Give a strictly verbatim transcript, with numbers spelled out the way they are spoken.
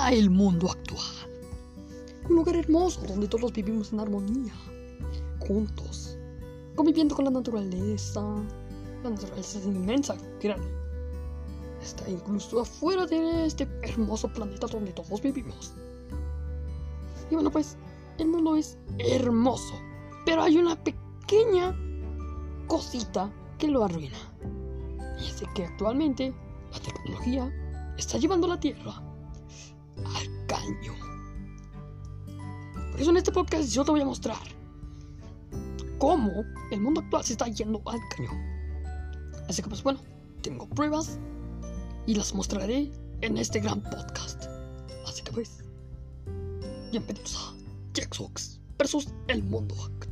a el mundo actual. Un lugar hermoso donde todos vivimos en armonía, juntos, conviviendo con la naturaleza. La naturaleza es inmensa, grande. Está incluso afuera de este hermoso planeta donde todos vivimos. Y bueno, pues, el mundo es hermoso, pero hay una pequeña cosita que lo arruina. Y es que actualmente la tecnología está llevando a la Tierra al caño. Por eso en este podcast yo te voy a mostrar cómo el mundo actual se está yendo al caño. Así que pues bueno, tengo pruebas y las mostraré en este gran podcast. Así que pues, bienvenidos a Jacksox versus el mundo actual.